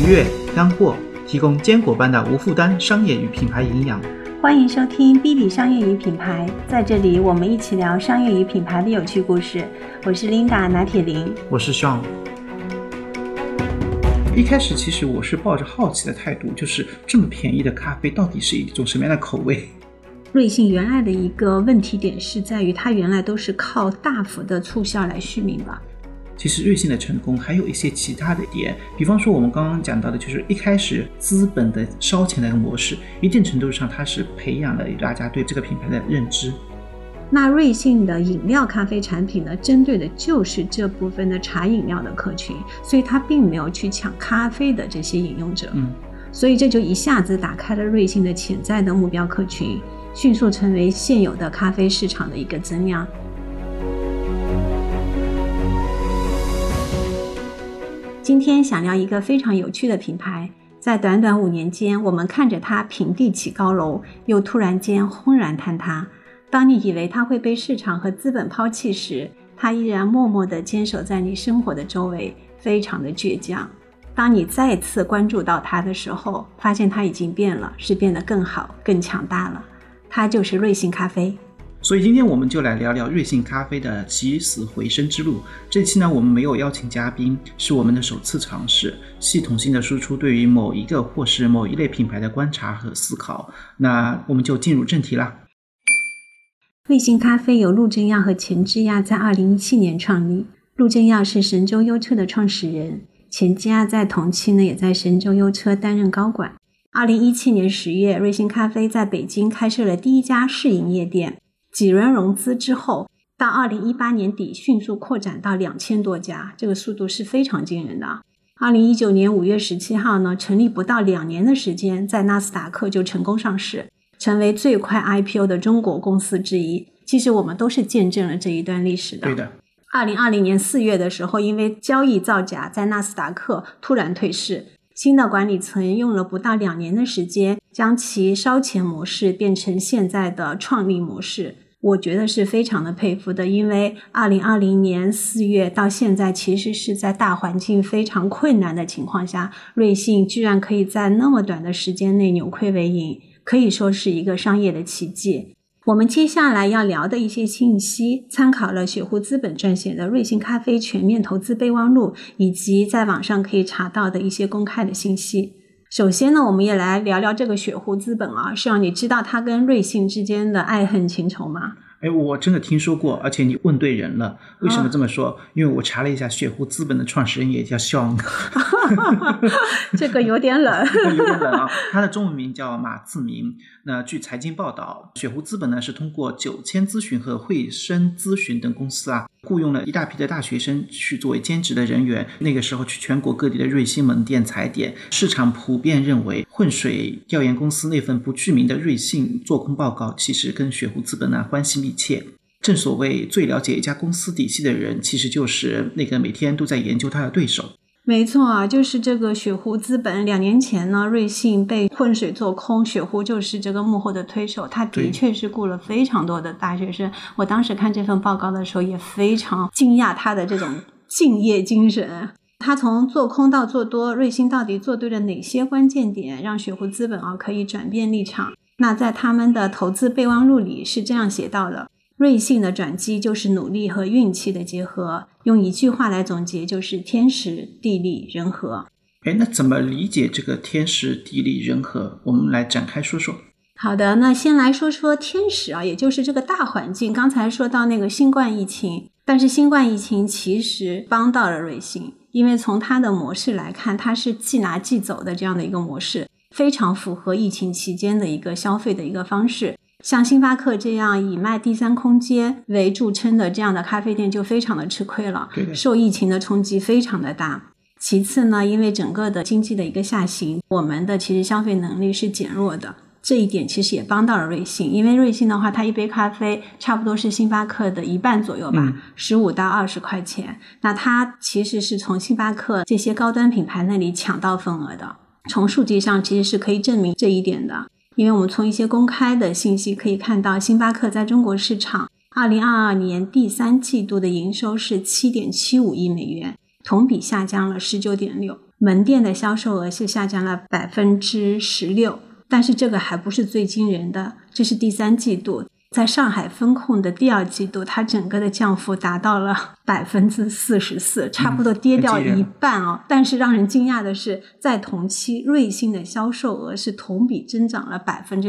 悦、干货，提供坚果般的无负担商业与品牌营养。 欢迎收听 Billy 商业与品牌，在这里我们一起聊商业与品牌的有趣故事。我是 Linda 拿铁林， 我是 Sean。一开始其实我是抱着好奇的态度，就是这么便宜的咖啡到底是一种什么样的口味？ 瑞幸原来的一个问题点是在于它原来都是靠大幅的促销来续命的。 其实瑞幸的成功还有一些其他的点，比方说我们刚刚讲到的，就是一开始资本的烧钱的模式，一定程度上它是培养了大家对这个品牌的认知。 那瑞幸的饮料咖啡产品呢，针对的就是这部分的茶饮料的客群，所以它并没有去抢咖啡的这些饮用者。所以这就一下子打开了瑞幸的潜在的目标客群，迅速成为现有的咖啡市场的一个增量。今天想聊一个非常有趣的品牌，在短短5年间，我们看着它平地起高楼，又突然间轰然坍塌。当你以为它会被市场和资本抛弃时，它依然默默地坚守在你生活的周围，非常的倔强。当你再次关注到它的时候，发现它已经变了，是变得更好、更强大了。它就是瑞幸咖啡。 所以今天我们就来聊聊瑞幸咖啡的起死回生之路。这期呢，我们没有邀请嘉宾，是我们的首次尝试，系统性的输出对于某一个或是某一类品牌的观察和思考。那我们就进入正题啦。 瑞幸咖啡由陆正耀和钱之亚在2017年创立。陆正耀是神州优车的创始人，钱之亚在同期呢也在神州优车担任高管。2017年10月，瑞幸咖啡在北京开设了第一家试营业店。几轮融资之后，到2018年底迅速扩展到2000多家，这个速度是非常惊人的。2019年5月17号呢，成立不到2年的时间，在纳斯达克就成功上市，成为最快 IPO 的中国公司之一。其实我们都是见证了这一段历史的。 对的。 2020年4月的时候，因为交易造假，在纳斯达克突然退市。新的管理层用了不到2年的时间，将其烧钱模式变成现在的创立模式。我觉得是非常的佩服的，因为2020年4月到现在，其实是在大环境非常困难的情况下，瑞幸居然可以在那么短的时间内扭亏为盈，可以说是一个商业的奇迹。我们接下来要聊的一些信息，参考了雪狐资本撰写的《瑞幸咖啡全面投资备忘录》，以及在网上可以查到的一些公开的信息。首先呢，我们也来聊聊这个雪狐资本啊，是让你知道它跟瑞幸之间的爱恨情仇吗？ 我真的听说过，而且你问对人了。为什么这么说？因为我查了一下，雪狐资本的创始人也叫Sean。 这个有点冷。 有点冷啊。他的中文名叫马自明。那据财经报道，雪狐资本呢是通过9000咨询和汇生咨询等公司雇用了一大批的大学生去作为兼职的人员。那个时候去全国各地的瑞幸门店踩点，市场普遍认为浑水调研公司那份不具名的瑞幸做空报告其实跟雪狐资本关系密切。正所谓最了解一家公司底细的人，其实就是那个每天都在研究他的对手。 没错啊，就是这个雪狐资本。2年前呢，瑞幸被浑水做空，雪狐就是这个幕后的推手，他的确是雇了非常多的大学生。我当时看这份报告的时候也非常惊讶他的这种敬业精神。他从做空到做多，瑞幸到底做对了哪些关键点，让雪狐资本可以转变立场？那在他们的投资备忘录里是这样写到的：瑞幸的转机就是努力和运气的结合，用一句话来总结就是天时地利人和。 那怎么理解这个天时地利人和？我们来展开说说。 好的，那先来说说天时也就是这个大环境。刚才说到那个新冠疫情，但是新冠疫情其实帮到了瑞幸，因为从它的模式来看，它是即拿即走的这样的一个模式，非常符合疫情期间的一个消费的一个方式。像星巴克这样以卖第三空间为著称的这样的咖啡店就非常的吃亏了，受疫情的冲击非常的大。其次呢，因为整个的经济的一个下行，我们的其实消费能力是减弱的，这一点其实也帮到了瑞幸。因为瑞幸的话，它一杯咖啡差不多是星巴克的1半左右吧，15到20块钱。那它其实是从星巴克这些高端品牌那里抢到份额的，从数据上其实是可以证明这一点的。因为我们从一些公开的信息可以看到，星巴克在中国市场2022年第3季度的营收是7.75亿美元， 同比下降了 19.6%， 门店的销售额是下降了 16%， 但是这个还不是最惊人的，这是第三季度，在上海封控的第二季度，它整个的降幅达到了 44%， 差不多跌掉一半哦。但是让人惊讶的是，在同期瑞幸的销售额是同比增长了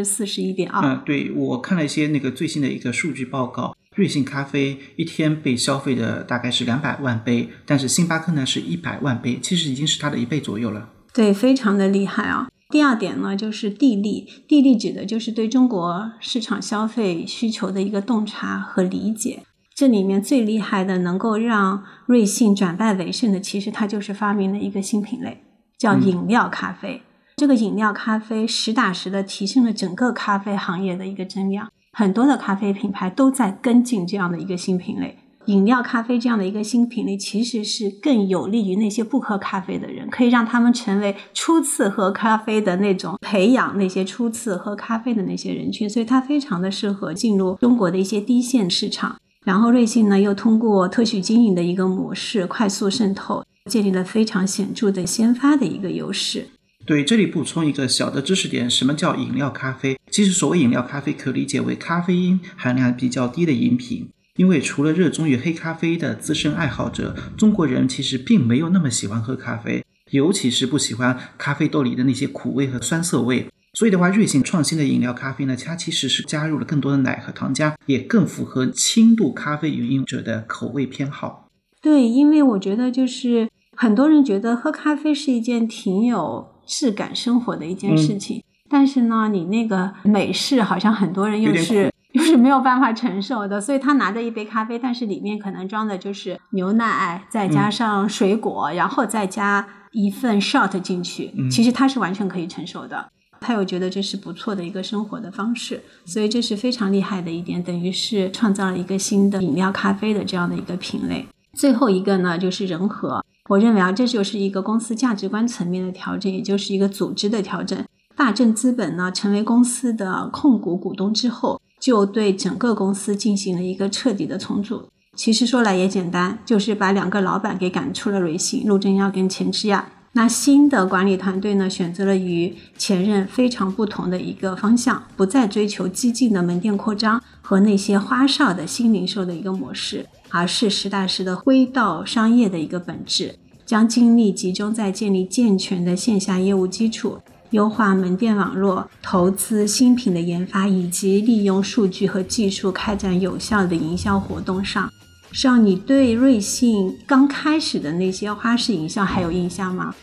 41.2%。 对，我看了一些那个最新的一个数据报告，瑞幸咖啡一天被消费的大概是200万杯，但是星巴克呢是100万杯，其实已经是它的1倍左右了。 对，非常的厉害啊。第二点呢，就是地利。地利指的就是对中国市场消费需求的一个洞察和理解。这里面最厉害的能够让瑞幸转败为胜的，其实它就是发明了一个新品类，叫饮料咖啡。这个饮料咖啡实打实的提升了整个咖啡行业的一个增量，很多的咖啡品牌都在跟进这样的一个新品类。饮料咖啡这样的一个新品类其实是更有利于那些不喝咖啡的人，可以让他们成为初次喝咖啡的那种，培养那些初次喝咖啡的那些人群，所以它非常的适合进入中国的一些低线市场。然后瑞幸呢又通过特许经营的一个模式快速渗透，建立了非常显著的先发的一个优势。 对，这里补充一个小的知识点，什么叫饮料咖啡？其实所谓饮料咖啡可理解为咖啡因含量比较低的饮品。因为除了热衷于黑咖啡的资深爱好者，中国人其实并没有那么喜欢喝咖啡，尤其是不喜欢咖啡豆里的那些苦味和酸涩味。所以的话，瑞幸创新的饮料咖啡呢，它其实是加入了更多的奶和糖浆，也更符合轻度咖啡饮用者的口味偏好。 对，因为我觉得就是很多人觉得喝咖啡是一件挺有质感生活的一件事情，但是呢，你那个美式好像很多人又是没有办法承受的，所以他拿着一杯咖啡，但是里面可能装的就是牛奶，再加上水果，然后再加一份 shot 进去，其实他是完全可以承受的。他又觉得这是不错的一个生活的方式，所以这是非常厉害的一点，等于是创造了一个新的饮料咖啡的这样的一个品类。最后一个呢，就是人和。我认为这就是一个公司价值观层面的调整，也就是一个组织的调整。大正资本呢，成为公司的控股股东之后，就对整个公司进行了一个彻底的重组。其实说来也简单，就是把2个老板给赶出了瑞幸，陆正耀跟钱之亚。那新的管理团队呢，选择了与前任非常不同的一个方向，不再追求激进的门店扩张和那些花哨的新零售的一个模式，而是实打实的回到商业的一个本质，将精力集中在建立健全的线下业务基础，优化门店网络，投资新品的研发，以及利用数据和技术开展有效的营销活动上。少，你对瑞幸刚开始的那些花式营销还有印象吗？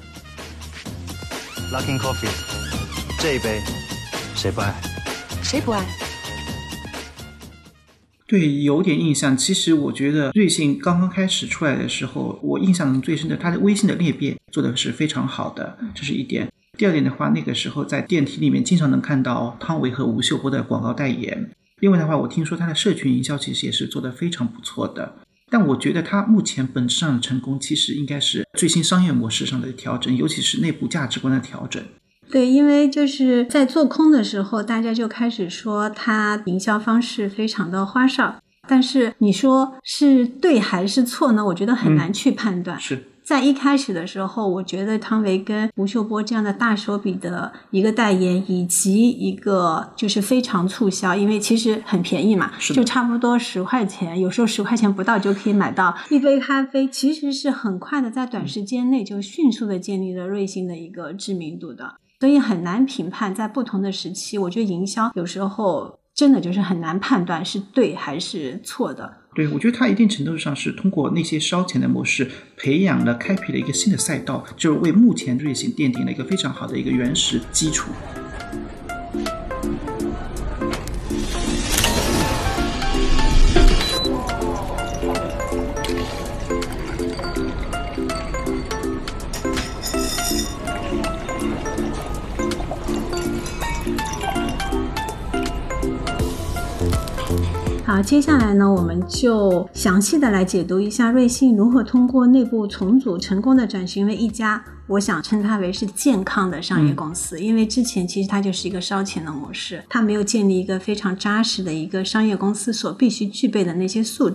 Luckin Coffee 这一杯谁不爱？ 谁不爱？ 对，有点印象。其实我觉得瑞幸刚刚开始出来的时候，我印象最深的，它的微信的裂变做的是非常好的，这是一点。第二点的话，那个时候在电梯里面经常能看到汤唯和吴秀波的广告代言。另外的话，我听说它的社群营销其实也是做得非常不错的。但我觉得它目前本质上的成功其实应该是最新商业模式上的调整，尤其是内部价值观的调整。 对，因为就是在做空的时候，大家就开始说它营销方式非常的花哨，但是你说是对还是错呢？我觉得很难去判断。 是在一开始的时候，我觉得汤唯跟吴秀波这样的大手笔的一个代言，以及一个就是非常促销，因为其实很便宜嘛，就差不多10块钱，有时候10块钱不到就可以买到一杯咖啡，其实是很快的在短时间内就迅速的建立了瑞幸的一个知名度的。所以很难评判在不同的时期，我觉得营销有时候真的就是很难判断是对还是错的。 对，我觉得它一定程度上是通过那些烧钱的模式培养了开辟了一个新的赛道，就是为目前瑞幸奠定了一个非常好的一个原始基础。 好，接下来呢，我们就详细的来解读一下瑞幸如何通过内部重组成功的转型为一家，我想称它为是健康的商业公司。因为之前其实它就是一个烧钱的模式，它没有建立一个非常扎实的一个商业公司所必须具备的那些素质。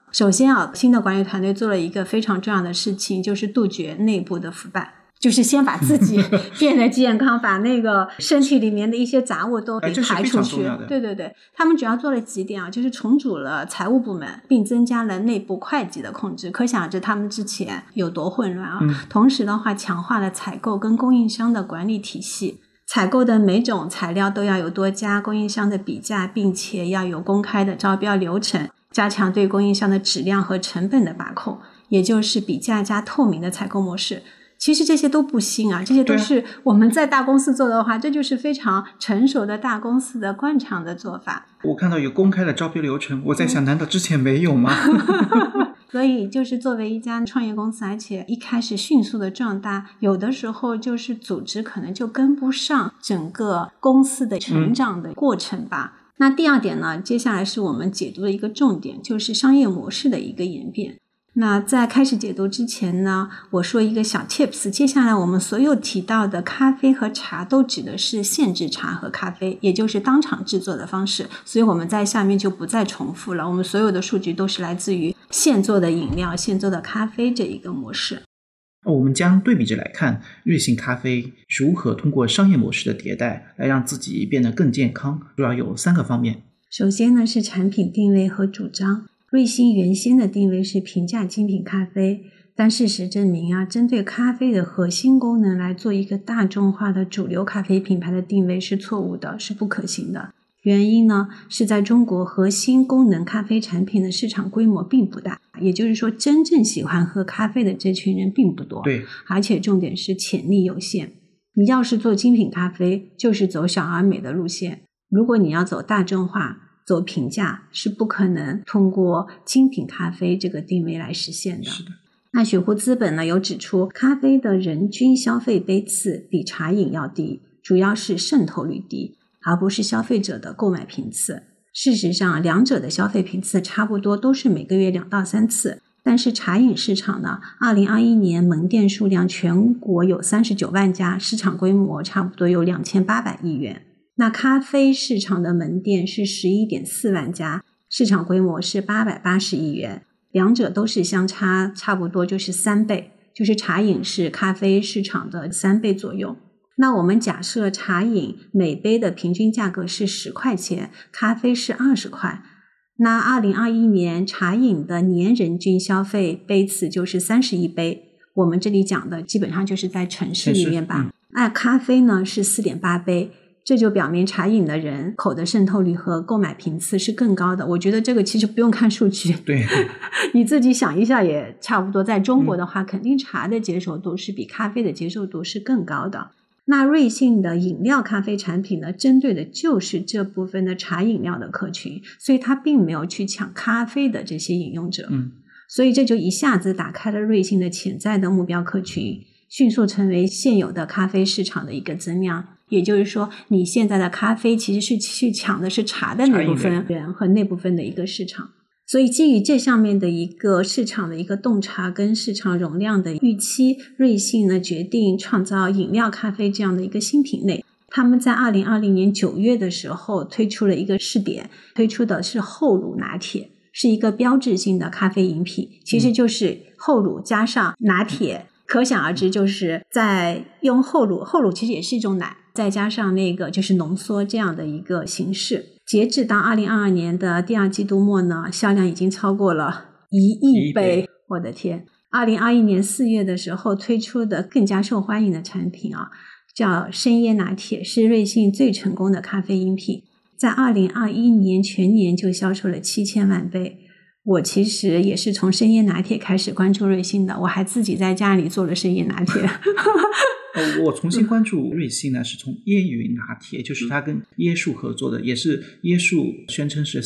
首先啊，新的管理团队做了一个非常重要的事情，就是杜绝内部的腐败。就是先把自己变得健康，把那个身体里面的一些杂物都给排出去。对对对，他们主要做了几点啊，就是重组了财务部门，并增加了内部会计的控制。可想而知他们之前有多混乱啊！同时的话，强化了采购跟供应商的管理体系。采购的每种材料都要有多家供应商的比价，并且要有公开的招标流程，加强对供应商的质量和成本的把控，也就是比价加透明的采购模式。其实这些都不新啊，这些都是我们在大公司做的话，这就是非常成熟的大公司的惯常的做法。 我看到有公开的招标流程，我在想难道之前没有吗？ 所以就是作为一家创业公司，而且一开始迅速的壮大，有的时候就是组织可能就跟不上整个公司的成长的过程吧。那第二点呢，接下来是我们解读的一个重点，就是商业模式的一个演变。那在开始解读之前呢，我说一个小 tips， 接下来我们所有提到的咖啡和茶都指的是现制茶和咖啡，也就是当场制作的方式，所以我们在下面就不再重复了，我们所有的数据都是来自于现做的饮料、现做的咖啡这一个模式。 我们将对比着来看瑞幸咖啡如何通过商业模式的迭代来让自己变得更健康，主要有3个方面。 首先呢是产品定位和主张。瑞幸原先的定位是平价精品咖啡，但事实证明啊，针对咖啡的核心功能来做一个大众化的主流咖啡品牌的定位是错误的，是不可行的。原因呢是在中国核心功能咖啡产品的市场规模并不大，也就是说真正喜欢喝咖啡的这群人并不多。 对， 而且重点是潜力有限。你要是做精品咖啡，就是走小而美的路线，如果你要走大众化走平价，是不可能通过精品咖啡这个定位来实现的。 是的。 那雪狐资本呢有指出，咖啡的人均消费杯次比茶饮要低，主要是渗透率低，而不是消费者的购买频次。事实上，两者的消费频次差不多，都是每个月2到3次。但是茶饮市场呢，2021年门店数量全国有39万家，市场规模差不多有2800亿元。那咖啡市场的门店是 11.4 万家，市场规模是880亿元，两者都是相差差不多就是3倍，就是茶饮是咖啡市场的3倍左右。那我们假设茶饮每杯的平均价格是10块钱，咖啡是20块，那2021年茶饮的年人均消费杯次就是31杯，我们这里讲的基本上就是在城市里面吧。那咖啡呢是 4.8 杯，这就表明茶饮的人口的渗透率和购买频次是更高的。我觉得这个其实不用看数据， 对， 你自己想一下也差不多。在中国的话，肯定茶的接受度是比咖啡的接受度是更高的。那瑞幸的饮料咖啡产品呢，针对的就是这部分的茶饮料的客群，所以它并没有去抢咖啡的这些饮用者。所以这就一下子打开了瑞幸的潜在的目标客群，迅速成为现有的咖啡市场的一个增量。也就是说，你现在的咖啡其实是去抢的是茶的那部分人和那部分的一个市场。所以基于这上面的一个市场的一个洞察跟市场容量的预期，瑞幸呢决定创造饮料咖啡这样的一个新品类。他们在2020年9月的时候推出了一个试点，推出的是厚乳拿铁，是一个标志性的咖啡饮品，其实就是厚乳加上拿铁，可想而知就是在用厚乳其实也是一种奶，再加上那个就是浓缩这样的一个形式。截至到2022年的第2季度末呢，销量已经超过了1亿杯，我的天！2021年4月的时候推出的更加受欢迎的产品啊，叫深椰拿铁，是瑞幸最成功的咖啡饮品，在2021年全年就销售了7000万杯。我其实也是从深椰拿铁开始关注瑞幸的，我还自己在家里做了深椰拿铁。 我重新关注瑞幸呢，是从椰云拿铁，就是他跟椰树合作的，也是椰树宣称是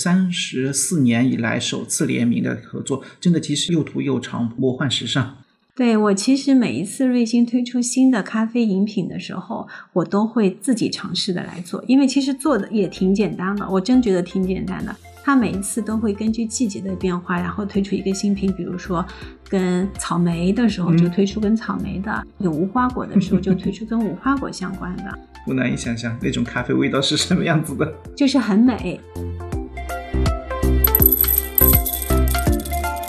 34年以来首次联名的合作，真的其实又土又长，魔幻时尚。 对，我其实每一次瑞幸推出新的咖啡饮品的时候，我都会自己尝试的来做，因为其实做的也挺简单的，我真觉得挺简单的。它每一次都会根据季节的变化，然后推出一个新品，比如说跟草莓的时候就推出跟草莓的，有无花果的时候就推出跟无花果相关的。 我难以想象那种咖啡味道是什么样子的， 就是很美。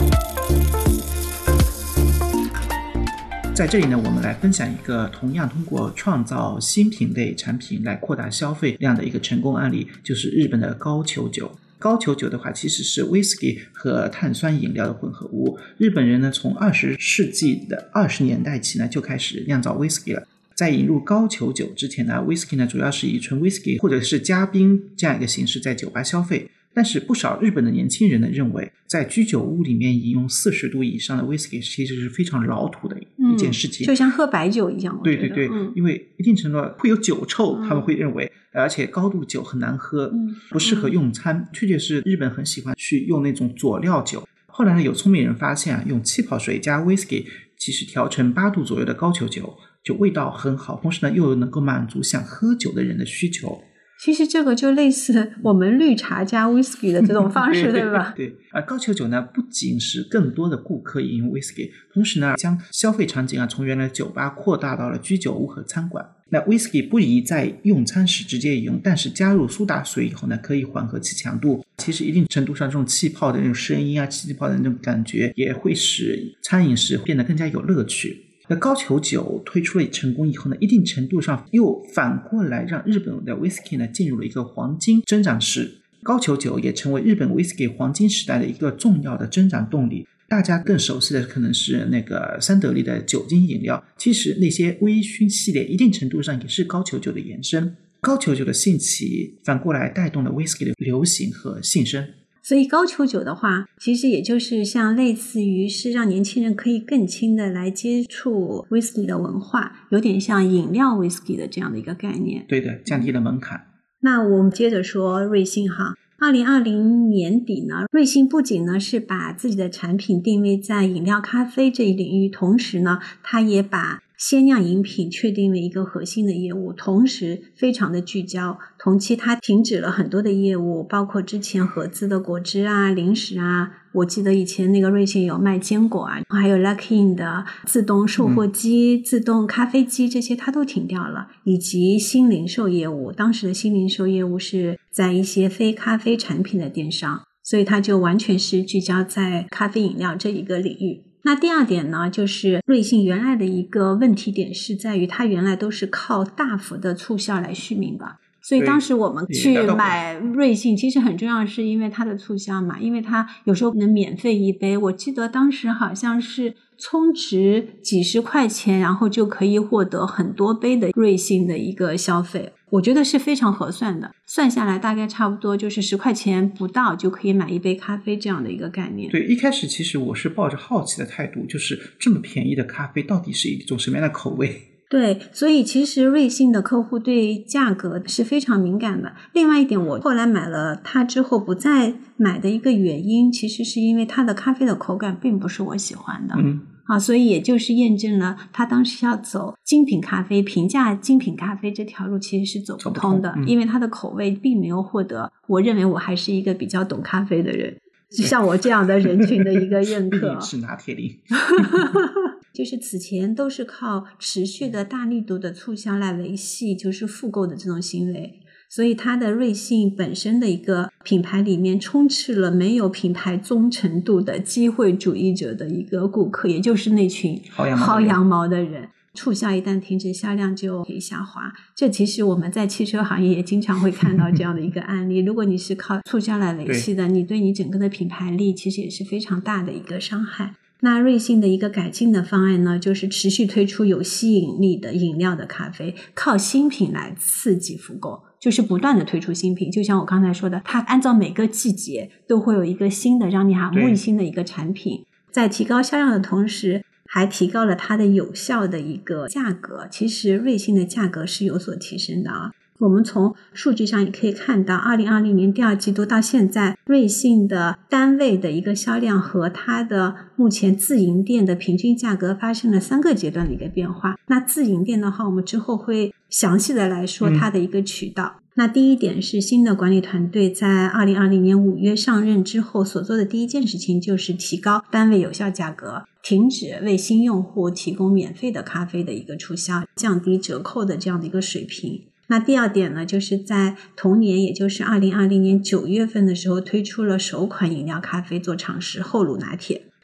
在这里呢，我们来分享一个同样通过创造新品类产品来扩大消费量的一个成功案例，就是日本的高球酒。高球酒的话其实是 whisky 和碳酸饮料的混合物。日本人呢从20世纪的20年代起呢就开始酿造 whisky 了。在引入高球酒之前呢 whisky 呢主要是以纯 whisky 或者是加冰这样一个形式在酒吧消费。但是不少日本的年轻人呢认为在居酒屋里面饮用40度以上的 whisky 其实是非常老土的一件事情， 就像喝白酒一样。 对对对，因为一定程度会有酒臭，他们会认为而且高度酒很难喝，不适合用餐。确实是日本很喜欢去用那种佐料酒。后来呢有聪明人发现用气泡水加 whisky 其实调成8度左右的高球酒，就味道很好，同时呢又能够满足想喝酒的人的需求。 其实这个就类似我们绿茶加 whisky 的这种方式对吧？ 对，高球酒呢不仅使更多的顾客饮用 whisky， 同时呢将消费场景从原来的酒吧扩大到了居酒屋和餐馆。那 whisky 不宜在用餐时直接饮用，但是加入苏打水以后呢可以缓和其强度。其实一定程度上这种气泡的那种声音气泡的那种感觉也会使餐饮时变得更加有乐趣。那高球酒推出了成功以后呢，一定程度上又反过来让日本的 whisky 呢进入了一个黄金增长时。高球酒也成为日本 whisky 黄金时代的一个重要的增长动力。大家更熟悉的可能是那个三得利的酒精饮料，其实那些微醺系列一定程度上也是高球酒的延伸。高球酒的兴起反过来带动了 whisky 的流行和兴盛。 所以高球酒的话其实也就是像类似于是让年轻人可以更轻的来接触 whisky 的文化，有点像饮料 whisky 的这样的一个概念。 对的，降低了门槛。 那我们接着说瑞幸哈。2020年底呢，瑞幸不仅呢是把自己的产品定位在饮料咖啡这一领域，同时呢它也把鲜酿饮品确定为一个核心的业务，同时非常的聚焦。同期它停止了很多的业务，包括之前合资的果汁啊、零食啊，我记得以前那个瑞幸有卖坚果啊，还有 Lucky In 的自动售货机、自动咖啡机，这些它都停掉了。以及新零售业务，当时的新零售业务是在一些非咖啡产品的电商，所以它就完全是聚焦在咖啡饮料这一个领域。那第二点呢，就是瑞幸原来的一个问题点是在于它原来都是靠大幅的促销来续命吧。所以当时我们去买瑞幸其实很重要是因为它的促销嘛，因为它有时候能免费一杯，我记得当时好像是充值几十块钱然后就可以获得很多杯的瑞幸的一个消费，我觉得是非常合算的，算下来大概差不多就是10块钱不到就可以买一杯咖啡这样的一个概念。 对，一开始其实我是抱着好奇的态度，就是这么便宜的咖啡到底是一种什么样的口味。 对，所以其实瑞幸的客户对价格是非常敏感的。另外一点，我后来买了它之后不再买的一个原因，其实是因为它的咖啡的口感并不是我喜欢的。所以也就是验证了他当时要走精品咖啡、平价精品咖啡这条路其实是走不通的，因为它的口味并没有获得我认为我还是一个比较懂咖啡的人，像我这样的人群的一个认可。 是拿铁林。 就是此前都是靠持续的大力度的促销来维系就是复购的这种行为，所以它的瑞幸本身的一个品牌里面充斥了没有品牌忠诚度的机会主义者的一个顾客，也就是那群薅羊毛的人。促销一旦停止，销量就可以下滑。这其实我们在汽车行业也经常会看到这样的一个案例。如果你是靠促销来维系的，你对你整个的品牌力其实也是非常大的一个伤害。那瑞幸的一个改进的方案呢，就是持续推出有吸引力的饮料的咖啡，靠新品来刺激复购，就是不断的推出新品。就像我刚才说的，它按照每个季节都会有一个新的让你耳目一新的一个产品，在提高销量的同时还提高了它的有效的一个价格。其实瑞幸的价格是有所提升的啊。我们从数据上也可以看到2020年第2季度到现在，瑞幸的单位的一个销量和它的目前自营店的平均价格发生了3个阶段的一个变化。那自营店的话，我们之后会详细的来说它的一个渠道。那第一点是新的管理团队在2020年5月上任之后所做的第一件事情就是提高单位有效价格，停止为新用户提供免费的咖啡的一个促销，降低折扣的这样的一个水平。那第二点呢，就是在同年也就是2020年9月份的时候推出了首款饮料咖啡做尝试后乳拿铁。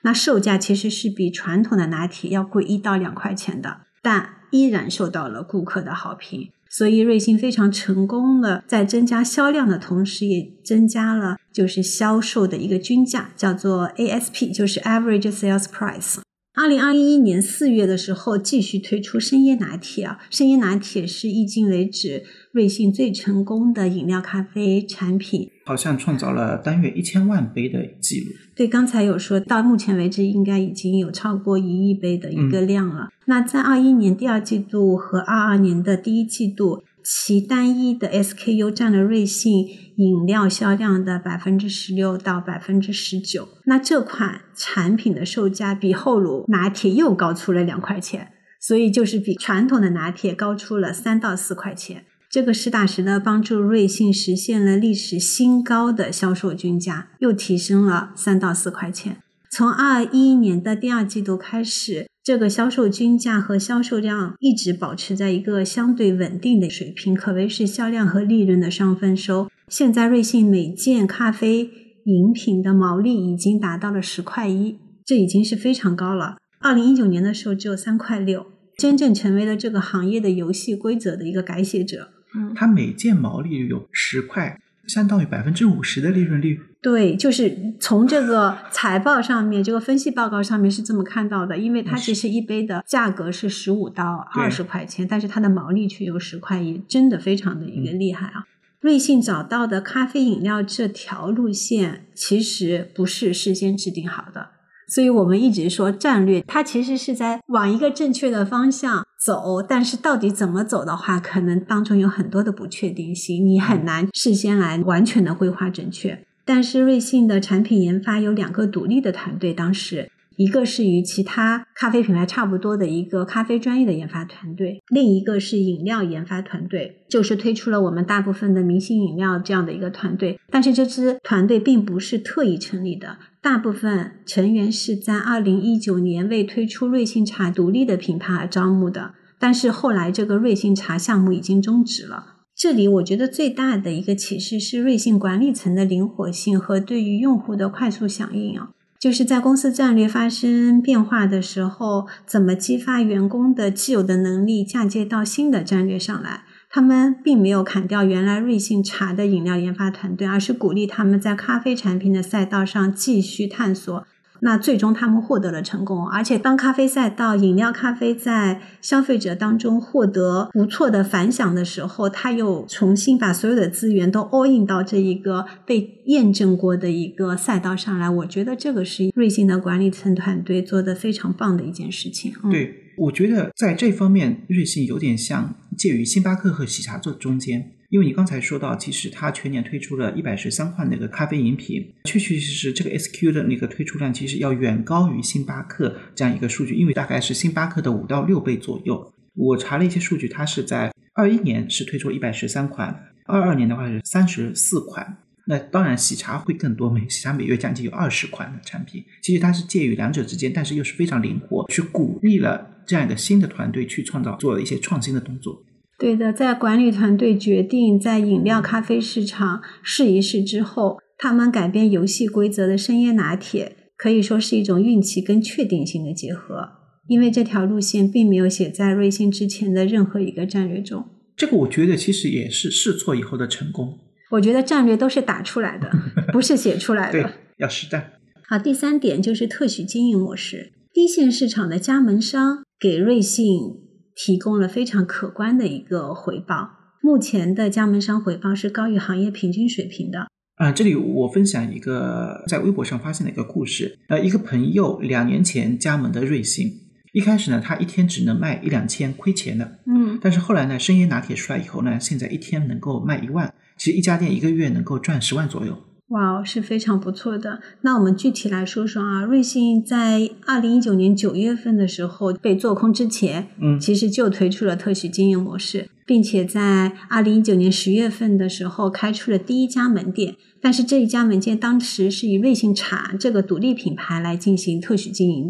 那售价其实是比传统的拿铁要贵1到2块钱的，但依然受到了顾客的好评。所以瑞幸非常成功的在增加销量的同时，也增加了就是销售的一个均价，叫做 ASP， 就是 Average Sales Price。2021年4月的时候继续推出深椰拿铁啊，深椰拿铁是迄今为止瑞幸最成功的饮料咖啡产品， 好像创造了单月1000万杯的记录。 对，刚才有说到目前为止应该已经有超过1亿杯的一个量了。那在21年第2季度和22年的第1季度，其单一的 SKU 占了瑞幸饮料销量的 16% 到 19%。 那这款产品的售价比厚乳拿铁又高出了2块钱，所以就是比传统的拿铁高出了3到4块钱。这个实打实的帮助瑞幸实现了历史新高的销售均价，又提升了3到4块钱。从21年的第2季度开始，这个销售均价和销售量一直保持在一个相对稳定的水平，可谓是销量和利润的双丰收。现在瑞幸每件咖啡饮品的毛利已经达到了10.1块，这已经是非常高了。2019年的时候只有3.6块，真正成为了这个行业的游戏规则的一个改写者。 它每件毛利率有10块，相当于 50% 的利润率。 对，就是从这个财报上面，这个分析报告上面是这么看到的，因为它其实一杯的价格是15到20块钱，但是它的毛利却有10块，也真的非常的一个厉害啊。瑞幸找到的咖啡饮料这条路线其实不是事先制定好的，所以我们一直说战略它其实是在往一个正确的方向走，但是到底怎么走的话，可能当中有很多的不确定性，你很难事先来完全的规划正确。但是瑞幸的产品研发有2个独立的团队，当时一个是与其他咖啡品牌差不多的一个咖啡专业的研发团队，另一个是饮料研发团队，就是推出了我们大部分的明星饮料这样的一个团队。但是这支团队并不是特意成立的，大部分成员是在2019年为推出瑞幸茶独立的品牌而招募的，但是后来这个瑞幸茶项目已经终止了。这里我觉得最大的一个启示是瑞幸管理层的灵活性和对于用户的快速响应啊，就是在公司战略发生变化的时候，怎么激发员工的既有的能力嫁接到新的战略上来。他们并没有砍掉原来瑞幸茶的饮料研发团队，而是鼓励他们在咖啡产品的赛道上继续探索。那最终他们获得了成功，而且当咖啡赛道饮料咖啡在消费者当中获得不错的反响的时候，他又重新把所有的资源都 all in 到这一个被验证过的一个赛道上来。我觉得这个是瑞幸的管理层团队做得非常棒的一件事情。 对，我觉得在这方面瑞幸有点像介于星巴克和喜茶做中间。因为你刚才说到，其实它全年推出了113款那个咖啡饮品，确确实实这个 SKU 的那个推出量其实要远高于星巴克这样一个数据，因为大概是星巴克的5到6倍左右。我查了一些数据，它是在21年是推出113款，22年的话是34款。那当然喜茶会更多，喜茶每月将近有20款的产品，其实它是介于两者之间，但是又是非常灵活，去鼓励了这样一个新的团队去创造，做了一些创新的动作。 对的，在管理团队决定在饮料咖啡市场试一试之后，他们改变游戏规则的深椰拿铁可以说是一种运气跟确定性的结合，因为这条路线并没有写在瑞幸之前的任何一个战略中。 这个我觉得其实也是试错以后的成功。 我觉得战略都是打出来的，不是写出来的。 对，要实战。 好，第3点就是特许经营模式。一线市场的加盟商给瑞幸提供了非常可观的一个回报，目前的加盟商回报是高于行业平均水平的。 这里我分享一个在微博上发现的一个故事。一个朋友2年前加盟的瑞幸，一开始呢他一天只能卖1-2千，亏钱的。但是后来呢深椰拿铁出来以后呢，现在一天能够卖1万，其实一家店一个月能够赚10万左右。 哇，是非常不错的。那我们具体来说说啊，瑞幸在2019年9月份的时候被做空之前，其实就推出了特许经营模式，并且在2019年10月份的时候开出了第1家门店。但是这一家门店当时是以瑞幸茶这个独立品牌来进行特许经营的。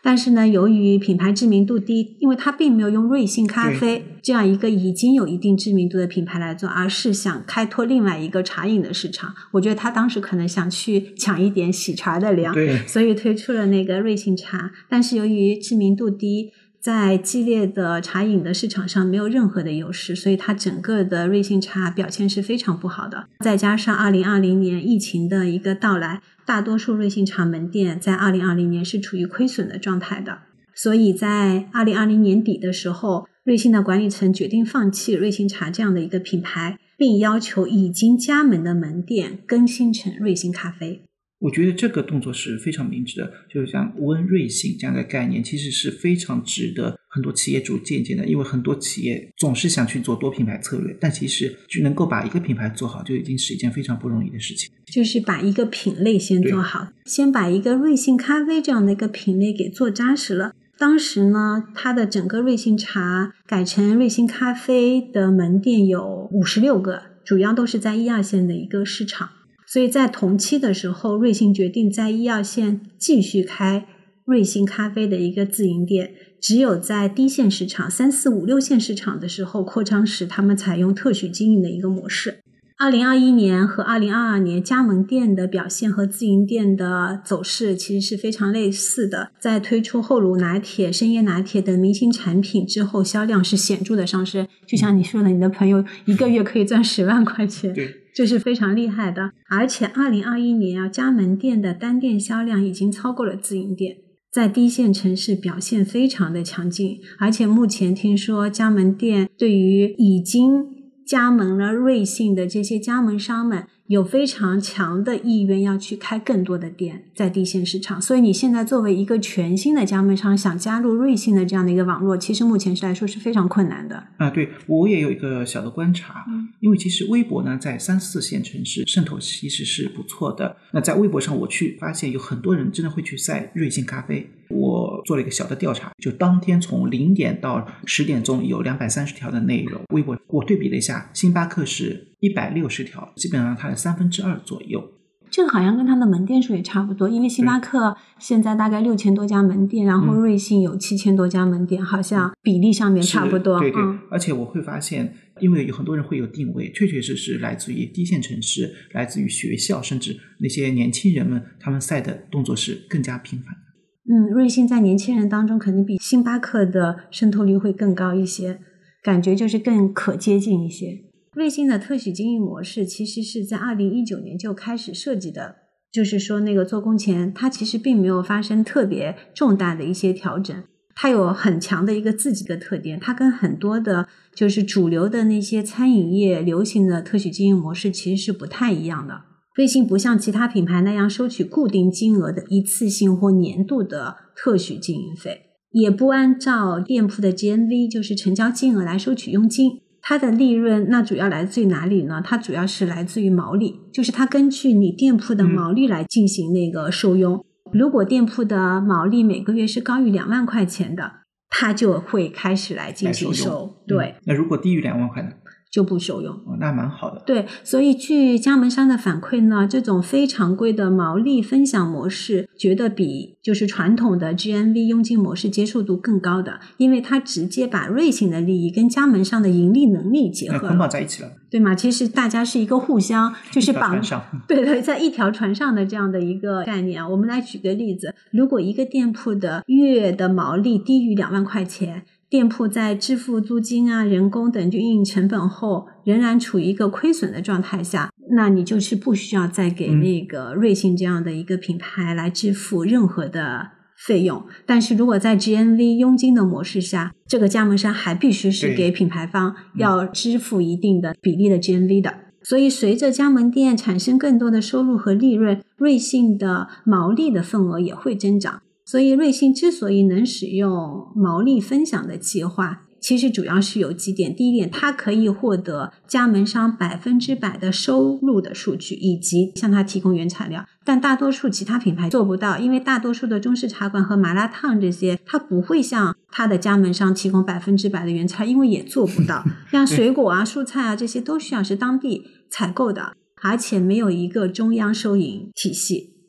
但是呢，由于品牌知名度低，因为它并没有用瑞幸咖啡这样一个已经有一定知名度的品牌来做，而是想开拓另外一个茶饮的市场。我觉得他当时可能想去抢一点喜茶的粮，所以推出了那个瑞幸茶。但是由于知名度低，在激烈的茶饮的市场上没有任何的优势，所以它整个的瑞幸茶表现是非常不好的。再加上2020年疫情的一个到来，大多数瑞幸茶门店在2020年是处于亏损的状态的，所以在2020年底的时候，瑞幸的管理层决定放弃瑞幸茶这样的一个品牌，并要求已经加盟的门店更新成瑞幸咖啡。 我觉得这个动作是非常明智的，就是像无恩瑞幸这样的概念，其实是非常值得很多企业主借鉴的。因为很多企业总是想去做多品牌策略，但其实就能够把一个品牌做好，就已经是一件非常不容易的事情。 就是把一个品类先做好，先把一个瑞幸咖啡这样的一个品类给做扎实了。当时呢，它的整个瑞幸茶改成瑞幸咖啡的门店有56个，主要都是在1、2线的一个市场。所以在同期的时候，瑞幸决定在1、2线继续开瑞幸咖啡的一个自营店，只有在低线市场3、4、5、6线市场的时候扩张时，他们采用特许经营的一个模式。2021年和2022年加盟店的表现和自营店的走势其实是非常类似的，在推出厚乳拿铁、深椰拿铁等明星产品之后，销量是显著的上升。就像你说的，你的朋友一个月可以赚10万块钱， 对， 这是非常厉害的。而且2021年加盟店的单店销量已经超过了自营店，在低线城市表现非常的强劲。而且目前听说加盟店对于已经加盟了瑞幸的这些加盟商们有非常强的意愿要去开更多的店在低线市场，所以你现在作为一个全新的加盟商想加入瑞幸的这样的一个网络，其实目前来说是非常困难的。 对，我也有一个小的观察，因为其实微博呢在3、4线城市渗透其实是不错的。那在微博上我去发现有很多人真的会去晒瑞幸咖啡。我做了一个小的调查，就当天从0点到10点钟有230条的内容，微博我对比了一下，星巴克是160条，基本上它的2/3左右。 这个好像跟它的门店数也差不多，因为星巴克现在大概6000多家门店，然后瑞幸有7000多家门店，好像比例上面差不多。 对对，而且我会发现，因为有很多人会有定位，确确实实来自于低线城市，来自于学校，甚至那些年轻人们，他们晒的动作是更加频繁的。 瑞幸在年轻人当中肯定比星巴克的渗透率会更高一些，感觉就是更可接近一些。瑞幸的特许经营模式其实是在2019年就开始设计的，就是说那个做工前它其实并没有发生特别重大的一些调整，它有很强的一个自己的特点，它跟很多的就是主流的那些餐饮业流行的特许经营模式其实是不太一样的。瑞幸不像其他品牌那样收取固定金额的一次性或年度的特许经营费，也不按照店铺的 GMV 就是成交金额来收取佣金。它的利润那主要来自于哪里呢？它主要是来自于毛利，就是它根据你店铺的毛利来进行那个收佣。如果店铺的毛利每个月是高于2万块钱的，它就会开始来进行收。对， 那如果低于2万块呢？ 就不收用。 那蛮好的。 对，所以据加盟商的反馈呢，这种非常规的毛利分享模式觉得比就是传统的 GMV 佣金模式接受度更高的，因为它直接把瑞幸的利益跟加盟商的盈利能力结合了， 捆绑在一起了， 对吗？其实大家是一个互相就是绑对，在一条船上的这样的一个概念啊。我们来举个例子，如果一个店铺的月的毛利低于2万块钱，店铺在支付租金啊、人工等运营成本后仍然处于一个亏损的状态下，那你就是不需要再给那个瑞幸这样的一个品牌来支付任何的费用。但是如果在 GMV 佣金的模式下，这个加盟商还必须是给品牌方要支付一定的比例的 GMV 的。所以随着加盟店产生更多的收入和利润，瑞幸的毛利的份额也会增长。所以瑞幸之所以能使用毛利分享的计划，其实主要是有几点。第一点，它可以获得加盟商100%的收入的数据，以及向它提供原材料，但大多数其他品牌做不到，因为大多数的中式茶馆和麻辣烫这些，它不会向它的加盟商提供100%的原材料，因为也做不到。像水果啊、蔬菜啊这些都需要是当地采购的，而且没有一个中央收银体系。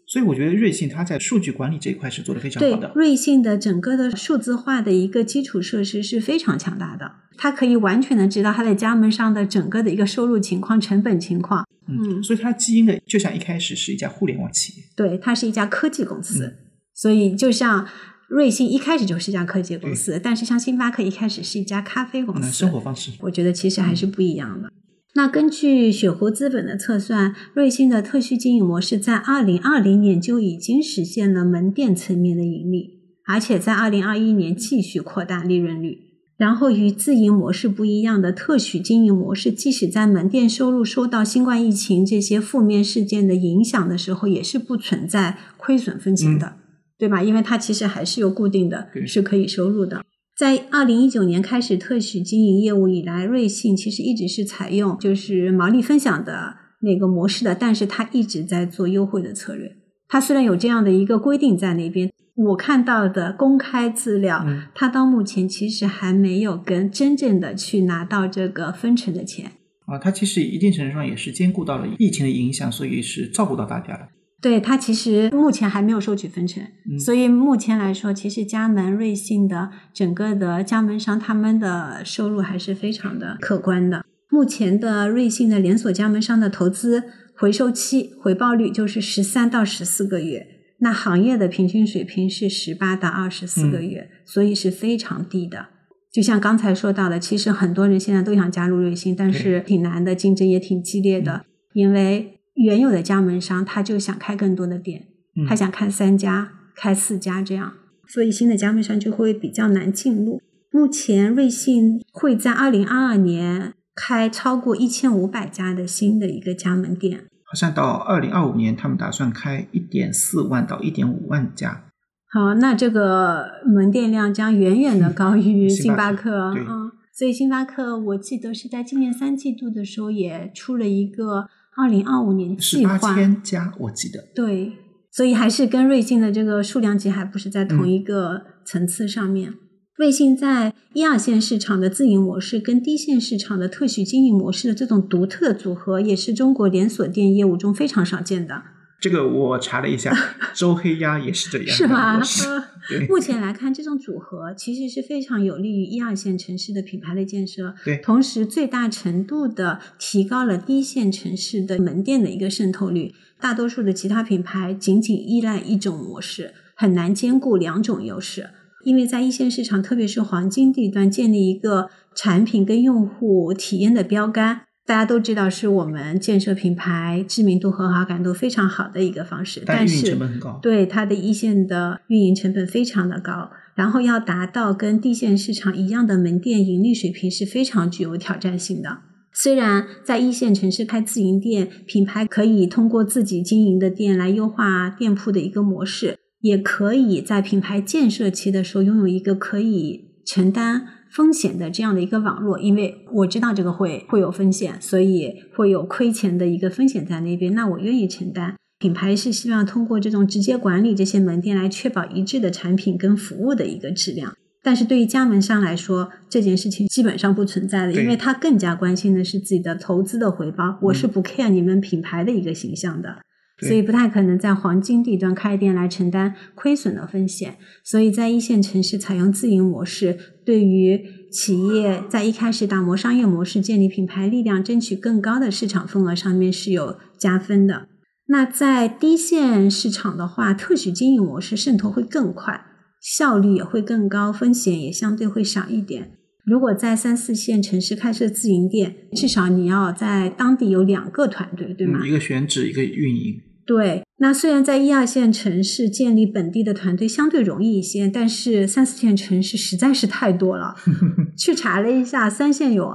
所以我觉得瑞幸它在数据管理这一块是做得非常好的。 对，瑞幸的整个的数字化的一个基础设施是非常强大的，它可以完全的知道它的加盟商的整个的一个收入情况、成本情况。 所以它基因的就像一开始是一家互联网企业， 对，它是一家科技公司，所以就像瑞幸一开始就是一家科技公司，但是像星巴克一开始是一家咖啡公司， 生活方式， 我觉得其实还是不一样的。那根据雪狐资本的测算，瑞幸的特许经营模式在2020年就已经实现了门店层面的盈利，而且在2021年继续扩大利润率。然后与自营模式不一样的特许经营模式，即使在门店收入受到新冠疫情这些负面事件的影响的时候，也是不存在亏损风险的，对吧？因为它其实还是有固定的是可以收入的。在2019年开始特许经营业务以来，瑞幸其实一直是采用就是毛利分享的那个模式的，但是它一直在做优惠的策略。它虽然有这样的一个规定在那边，我看到的公开资料，它到目前其实还没有跟真正的去拿到这个分成的钱。 它其实一定程度上也是兼顾到了疫情的影响，所以是照顾到大家了。 对，它其实目前还没有收取分成，所以目前来说，其实加盟瑞幸的整个的加盟商他们的收入还是非常的可观的。目前的瑞幸的连锁加盟商的投资回收期回报率就是13到14个月，那行业的平均水平是18到24个月，所以是非常低的。就像刚才说到的，其实很多人现在都想加入瑞幸，但是挺难的，竞争也挺激烈的，因为原有的加盟商他就想开更多的店，他想开3家开4家这样，所以新的加盟商就会比较难进入。目前瑞幸会在2022年开超过1500家的新的一个加盟店， 好像到2025年他们打算开 1.4 万到 1.5 万家。 好，那这个门店量将远远的高于星巴克。所以星巴克我记得是在今年3季度的时候也出了一个2025年计划 ，8000家我记得。 对，所以还是跟瑞幸的这个数量级还不是在同一个层次上面。瑞幸在1、2线市场的自营模式跟低线市场的特许经营模式的这种独特的组合，也是中国连锁店业务中非常少见的。 这个我查了一下，周黑鸭也是这样， 是吗？ 目前来看，这种组合其实是非常有利于1、2线城市的品牌的建设， 对， 同时最大程度的提高了低线城市的门店的一个渗透率。大多数的其他品牌仅仅依赖一种模式，很难兼顾2种优势。因为在1线市场，特别是黄金地段，建立一个产品跟用户体验的标杆，大家都知道是我们建设品牌知名度和好感度非常好的一个方式， 但运营成本很高， 对它的1线的运营成本非常的高，然后要达到跟低线市场一样的门店盈利水平是非常具有挑战性的。虽然在1线城市开自营店，品牌可以通过自己经营的店来优化店铺的一个模式，也可以在品牌建设期的时候拥有一个可以承担风险的这样的一个网络，因为我知道这个会有风险，所以会有亏钱的一个风险在那边，那我愿意承担。品牌是希望通过这种直接管理这些门店来确保一致的产品跟服务的一个质量。但是对于加盟商来说，这件事情基本上不存在的，因为他更加关心的是自己的投资的回报，我是不 care 你们品牌的一个形象的，所以不太可能在黄金地段开店来承担亏损的风险。所以在1线城市采用自营模式，对于企业在一开始打磨商业模式，建立品牌力量，争取更高的市场份额上面是有加分的。那在低线市场的话，特许经营模式渗透会更快，效率也会更高，风险也相对会少一点。如果在3、4线城市开设自营店，至少你要在当地有2个团队，对吗？ 一个选址，一个运营。 对，那虽然在1、2线城市建立本地的团队相对容易一些，但是3、4线城市实在是太多了。去查了一下，3线有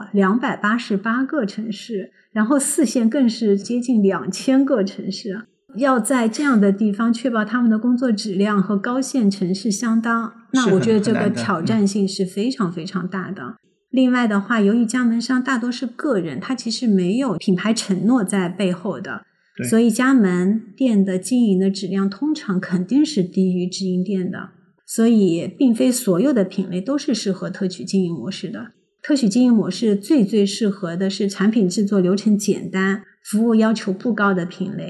288个城市，然后4线更是接近2000个城市。要在这样的地方确保他们的工作质量和高线城市相当，那我觉得这个挑战性是非常非常大的。另外的话，由于加盟商大多是个人，他其实没有品牌承诺在背后的，所以加盟店的经营的质量通常肯定是低于直营店的，所以并非所有的品类都是适合特许经营模式的。特许经营模式最适合的是产品制作流程简单、服务要求不高的品类，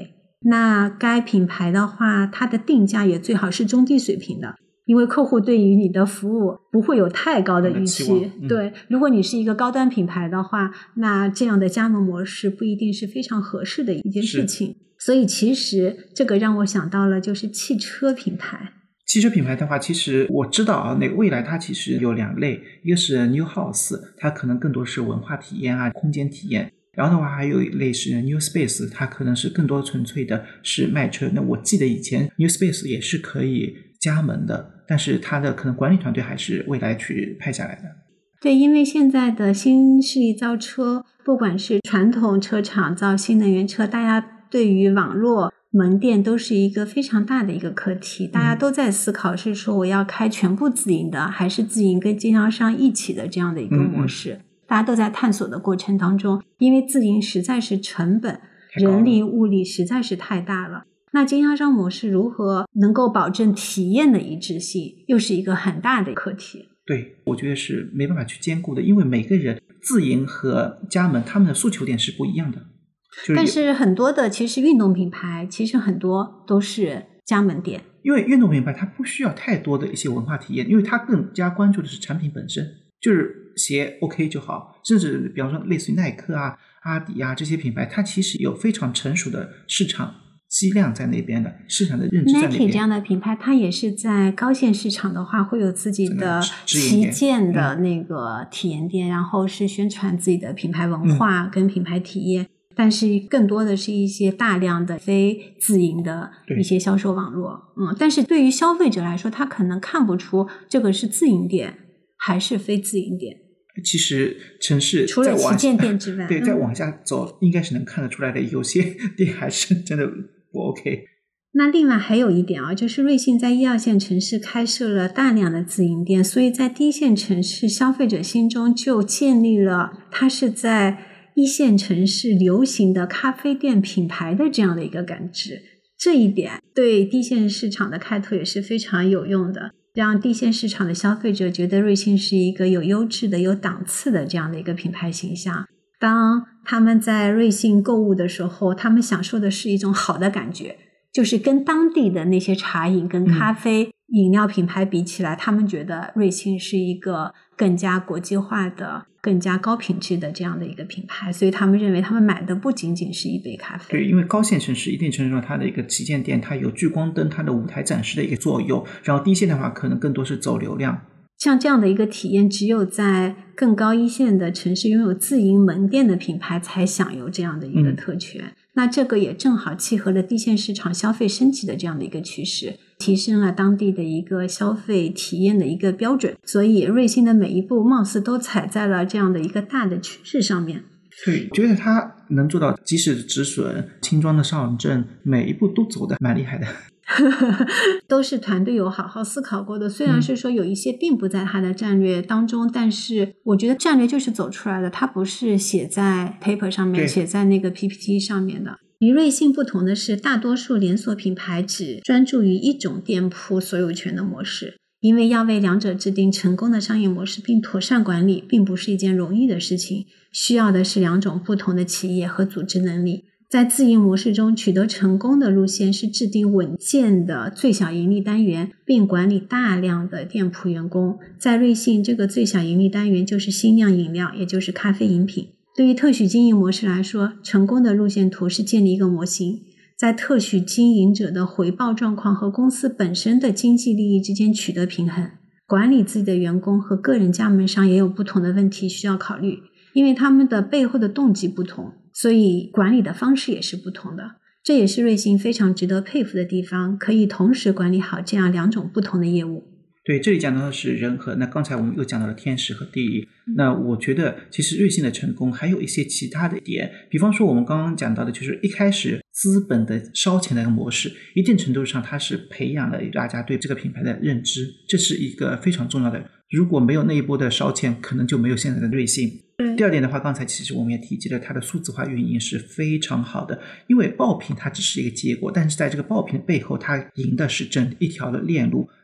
那该品牌的话，它的定价也最好是中低水平的，因为客户对于你的服务不会有太高的预期。对，如果你是一个高端品牌的话，那这样的加盟模式不一定是非常合适的一件事情。所以其实这个让我想到了就是汽车品牌。 汽车品牌的话，其实我知道啊，那个蔚来它其实有2类，一个是 New House， 它可能更多是文化体验啊、空间体验。然后的话还有一类是 New Space， 它可能是更多纯粹的是卖车。那我记得以前 New Space 也是可以加盟的，但是它的可能管理团队还是蔚来去派下来的。 对，因为现在的新势力造车，不管是传统车厂造新能源车，大家对于网络门店都是一个非常大的一个课题，大家都在思考是说我要开全部自营的，还是自营跟经销商一起的这样的一个模式。大家都在探索的过程当中，因为自营实在是成本、人力、物力实在是太大了。那经销商模式如何能够保证体验的一致性，又是一个很大的课题。 对，我觉得是没办法去兼顾的，因为每个人自营和加盟他们的诉求点是不一样的。 但是很多的其实运动品牌其实很多都是加盟店， 因为运动品牌它不需要太多的一些文化体验，因为它更加关注的是产品本身，就是鞋 OK 就好。甚至比方说类似于耐克啊、阿迪啊这些品牌，它其实有非常成熟的市场机量在那边的，市场的认知在那边。 Nike 这样的品牌它也是在高线市场的话会有自己的旗舰的那个体验店，然后是宣传自己的品牌文化跟品牌体验，但是更多的是一些大量的非自营的一些销售网络。但是对于消费者来说，他可能看不出这个是自营店还是非自营店。 其实城市除了旗舰店之外， 对，再往下走应该是能看得出来的，有些店还是真的不 OK。 那另外还有一点啊，就是瑞幸在1、2线城市开设了大量的自营店，所以在第一线城市消费者心中就建立了它是在1线城市流行的咖啡店品牌的这样的一个感知。这一点对低线市场的开拓也是非常有用的，让低线市场的消费者觉得瑞幸是一个有优质的、有档次的这样的一个品牌形象。当他们在瑞幸购物的时候，他们享受的是一种好的感觉，就是跟当地的那些茶饮跟咖啡饮料品牌比起来，他们觉得瑞幸是一个更加国际化的、更加高品质的这样的一个品牌，所以他们认为他们买的不仅仅是一杯咖啡。 对，因为高线城市一定程度上它的一个旗舰店，它有聚光灯，它的舞台展示的一个作用，然后低线的话可能更多是走流量。 像这样的一个体验，只有在更高1线的城市拥有自营门店的品牌才享有这样的一个特权。那这个也正好契合了低线市场消费升级的这样的一个趋势，提升了当地的一个消费体验的一个标准。所以瑞幸的每一步貌似都踩在了这样的一个大的趋势上面。 对，觉得它能做到及时止损、轻装的上阵，每一步都走得蛮厉害的。 都是团队有好好思考过的，虽然是说有一些并不在他的战略当中，但是我觉得战略就是走出来的，它不是写在 paper 上面，写在那个 PPT 上面的。与瑞幸不同的是，大多数连锁品牌只专注于一种店铺所有权的模式，因为要为两者制定成功的商业模式并妥善管理，并不是一件容易的事情，需要的是2种不同的企业和组织能力。在自营模式中取得成功的路线是制定稳健的最小盈利单元，并管理大量的店铺员工。在瑞幸，这个最小盈利单元就是精酿饮料，也就是咖啡饮品。对于特许经营模式来说，成功的路线图是建立一个模型，在特许经营者的回报状况和公司本身的经济利益之间取得平衡。管理自己的员工和个人加盟商也有不同的问题需要考虑，因为他们的背后的动机不同，所以管理的方式也是不同的。这也是瑞幸非常值得佩服的地方，可以同时管理好这样2种不同的业务。 对，这里讲到的是人和，那刚才我们又讲到了天时和地利。那我觉得其实瑞幸的成功还有一些其他的点，比方说我们刚刚讲到的就是一开始资本的烧钱的一个模式，一定程度上它是培养了大家对这个品牌的认知，这是一个非常重要的。如果没有那一波的烧钱，可能就没有现在的瑞幸。第二点的话，刚才其实我们也提及了它的数字化运营是非常好的，因为爆品它只是一个结果，但是在这个爆品的背后，它赢的是整一条的链路，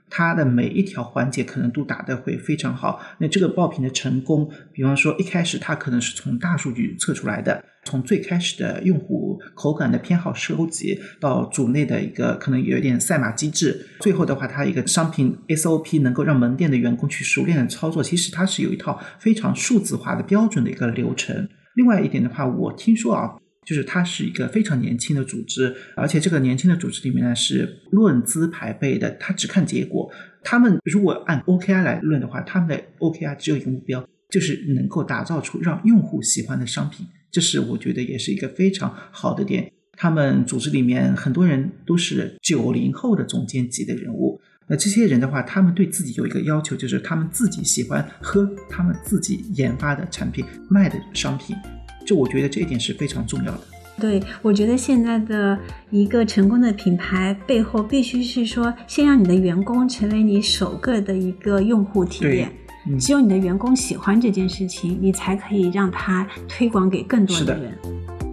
它的每一条环节可能都打得会非常好。那这个爆品的成功，比方说一开始它可能是从大数据测出来的，从最开始的用户口感的偏好收集，到组内的一个可能有一点赛马机制，最后的话它一个商品 SOP 能够让门店的员工去熟练的操作，其实它是有一套非常数字化的标准的一个流程。另外一点的话，我听说就是它是一个非常年轻的组织，而且这个年轻的组织里面呢是论资排辈的，它只看结果。他们如果按 OKR 来论的话，他们的 OKR 只有一个目标，就是能够打造出让用户喜欢的商品，这是我觉得也是一个非常好的点。他们组织里面很多人都是90后的总监级的人物，那这些人的话，他们对自己有一个要求，就是他们自己喜欢喝他们自己研发的产品卖的商品，就我觉得这一点是非常重要的。 对，我觉得现在的一个成功的品牌背后必须是说，先让你的员工成为你首个的一个用户体验，只有你的员工喜欢这件事情，你才可以让它推广给更多的人。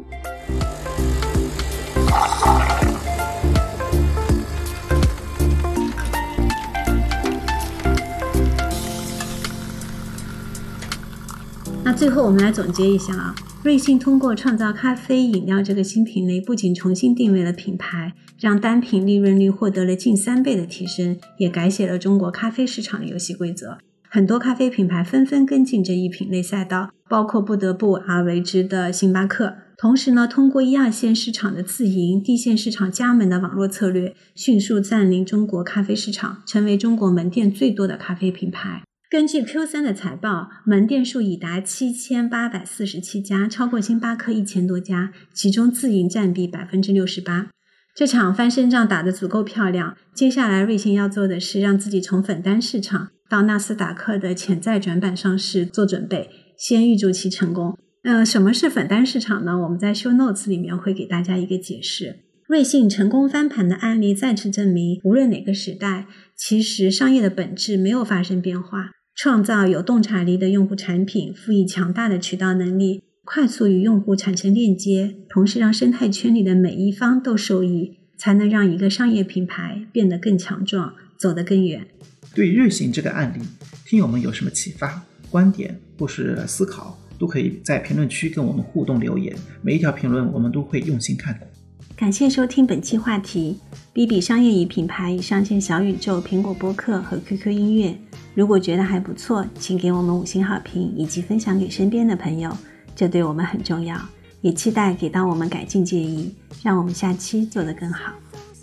那最后我们来总结一下瑞幸通过创造咖啡饮料这个新品类，不仅重新定位了品牌，让单品利润率获得了近3倍的提升，也改写了中国咖啡市场的游戏规则。很多咖啡品牌纷纷跟进这一品类赛道，包括不得不而为之的星巴克。同时呢，通过1、2线市场的自营、地线市场加盟的网络策略，迅速占领中国咖啡市场，成为中国门店最多的咖啡品牌。根据 Q3 的财报，门店数已达7847家，超过星巴克1000多家，其中自营占比 68%。 这场翻身仗打得足够漂亮，接下来瑞幸要做的是让自己从粉单市场到纳斯达克的潜在转板上市做准备，先预祝其成功。什么是粉单市场呢？我们在 show notes 里面会给大家一个解释。瑞幸成功翻盘的案例再次证明，无论哪个时代，其实商业的本质没有发生变化。创造有洞察力的用户产品，赋予强大的渠道能力，快速与用户产生链接，同时让生态圈里的每一方都受益，才能让一个商业品牌变得更强壮，走得更远。 对瑞幸这个案例，听友们有什么启发、观点或是思考，都可以在评论区跟我们互动留言，每一条评论我们都会用心看的。 感谢收听本期话题，比比商业与品牌已上线小宇宙、苹果播客和 QQ 音乐。如果觉得还不错，请给我们5星好评，以及分享给身边的朋友，这对我们很重要。也期待给到我们改进建议，让我们下期做得更好。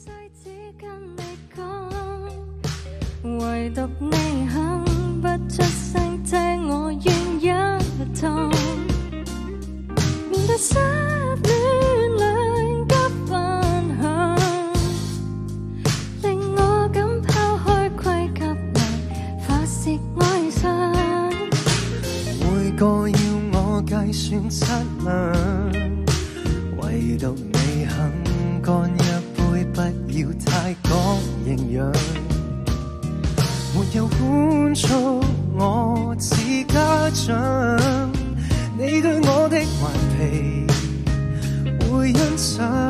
唯獨你肯不出聲替我怨一痛，面對失戀兩急分享，令我敢拋開盔甲來發洩哀傷。每個要我計算質量，唯獨你肯乾一杯，不要太講營養。沒有管束我似家長，你對我的頑皮會欣賞。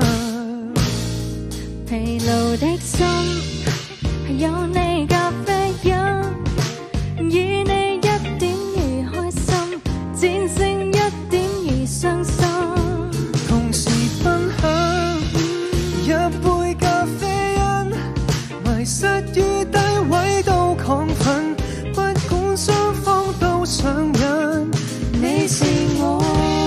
疲勞的心係有你咖啡因，以你一點而開心，戰勝一點而傷心。同時分享一杯咖啡因，迷失於低位都亢奮，不管雙方都上癮。你是我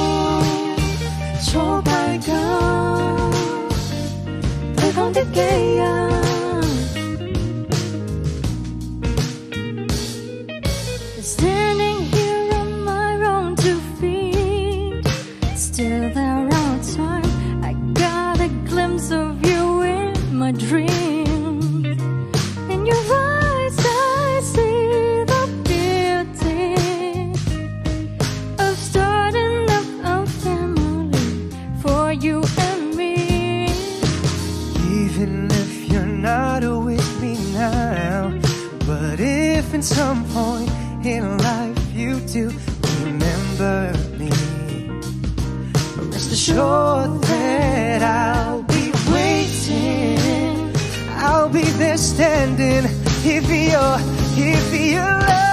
挫敗感對抗的基因。Standing here on my own 2 feet, still there are times I got a glimpse of you in my dreams. In your eyes I see the beauty of starting up a family for you and me. Even if you're not with me now, but if in some point in life you do remember me, rest assured that I'll be waiting. I'll be there standing if you love